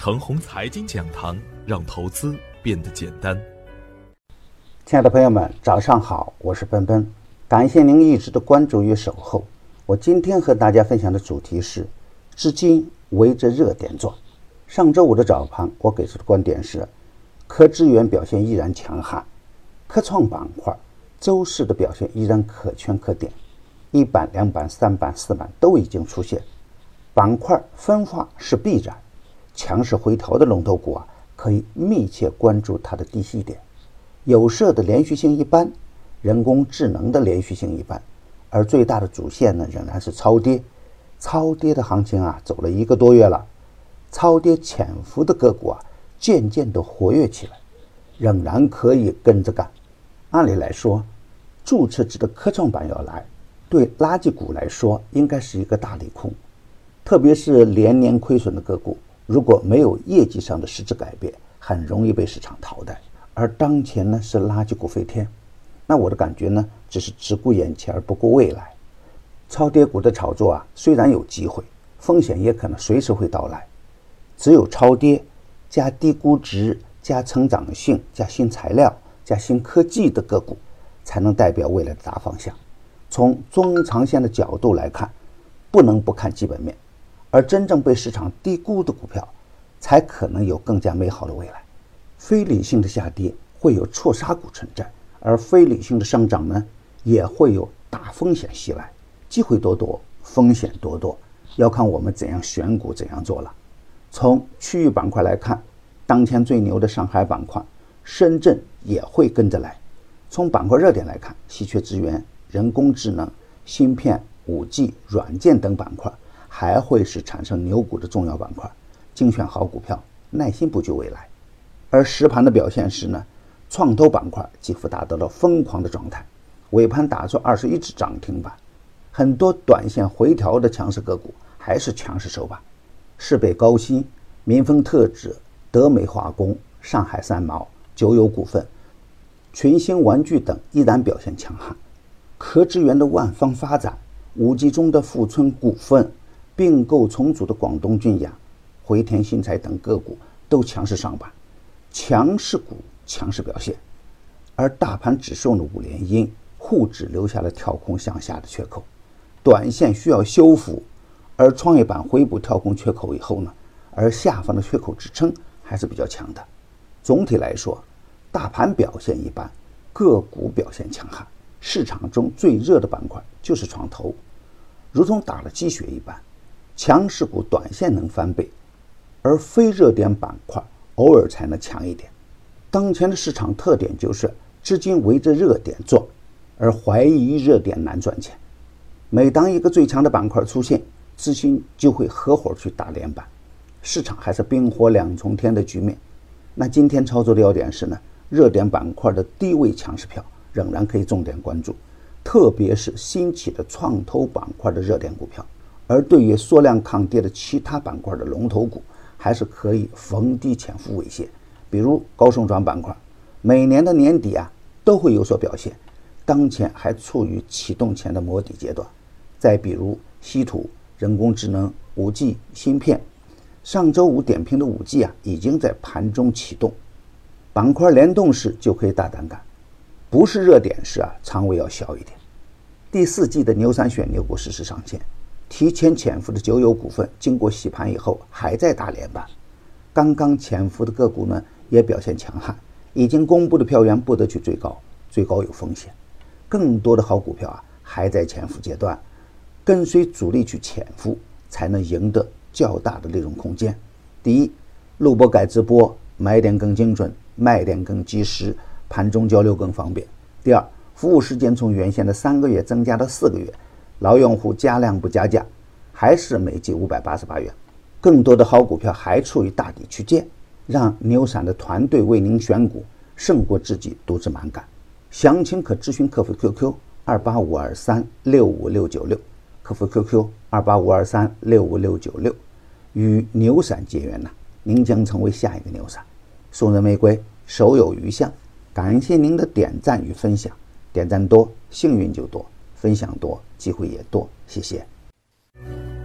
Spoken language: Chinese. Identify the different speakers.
Speaker 1: 程红财经讲堂，让投资变得简单。
Speaker 2: 亲爱的朋友们，早上好，我是奔奔，感谢您一直的关注与守候。我今天和大家分享的主题是资金围着热点转。上周五的早盘，我给出的观点是，科资源表现依然强悍，科创板块周四的表现依然可圈可点，1板、2板、3板、4板都已经出现，板块分化是必然。强势回调的龙头股可以密切关注它的低吸点。有色的连续性一般，人工智能的连续性一般，而最大的主线呢仍然是超跌。超跌的行情走了1个多月了，超跌潜伏的个股渐渐的活跃起来，仍然可以跟着干。按理来说，注册制的科创板要来，对垃圾股来说应该是一个大利空，特别是连年亏损的个股，如果没有业绩上的实质改变，很容易被市场淘汰。而当前呢是垃圾股飞天，那我的感觉呢只是只顾眼前而不顾未来。超跌股的炒作虽然有机会，风险也可能随时会到来。只有超跌加低估值加成长性加新材料加新科技的个股，才能代表未来的大方向。从中长线的角度来看，不能不看基本面，而真正被市场低估的股票，才可能有更加美好的未来。非理性的下跌会有错杀股存在，而非理性的上涨呢，也会有大风险袭来。机会多多，风险多多，要看我们怎样选股怎样做了。从区域板块来看，当前最牛的上海板块，深圳也会跟着来。从板块热点来看，稀缺资源、人工智能、芯片、5G、软件等板块还会是产生牛股的重要板块，精选好股票，耐心布局未来。而实盘的表现时呢，创投板块几乎达到了疯狂的状态，尾盘打出21只涨停板，很多短线回调的强势个股还是强势收板。市北高新、民丰特指、德美化工、上海三毛、九友股份、群星玩具等依然表现强悍。科资源的万方发展、5G 中的富春股份、并购重组的广东俊阳、回田新材等个股都强势上板，强势股强势表现。而大盘指数的5连阴，沪指留下了跳空向下的缺口，短线需要修复。而创业板回补跳空缺口以后呢，而下方的缺口支撑还是比较强的。总体来说，大盘表现一般，个股表现强悍。市场中最热的板块就是创投，如同打了鸡血一般，强势股短线能翻倍，而非热点板块偶尔才能强一点。当前的市场特点就是资金围着热点转，而怀疑热点难赚钱。每当一个最强的板块出现，资金就会合伙去打连板，市场还是冰火两重天的局面。那今天操作的要点是呢，热点板块的低位强势票仍然可以重点关注，特别是兴起的创投板块的热点股票。而对于缩量抗跌的其他板块的龙头股，还是可以逢低潜伏为先。比如高盛转板块，每年的年底都会有所表现，当前还处于启动前的摸底阶段。再比如稀土、人工智能、5G、芯片，上周五点评的5G已经在盘中启动，板块联动时就可以大胆干，不是热点时仓位要小一点。第4季的牛三选牛股实时上线，提前潜伏的九友股份经过洗盘以后还在打连板，刚刚潜伏的个股呢也表现强悍，已经公布的票源不得去追高，追高有风险。更多的好股票还在潜伏阶段，跟随主力去潜伏，才能赢得较大的利润空间。第一，录播改直播，买点更精准，卖点更及时，盘中交流更方便。第二，服务时间从原先的3个月增加到4个月，老用户加量不加价，还是每季588元。更多的好股票还处于大底区间，让牛散的团队为您选股，胜过自己独自蛮干。详情可咨询客服 QQ 28523-65696，客服 QQ 28523-65696，与牛散结缘您将成为下一个牛散。送人玫瑰，手有余香。感谢您的点赞与分享，点赞多幸运就多，分享多机会也多，谢谢。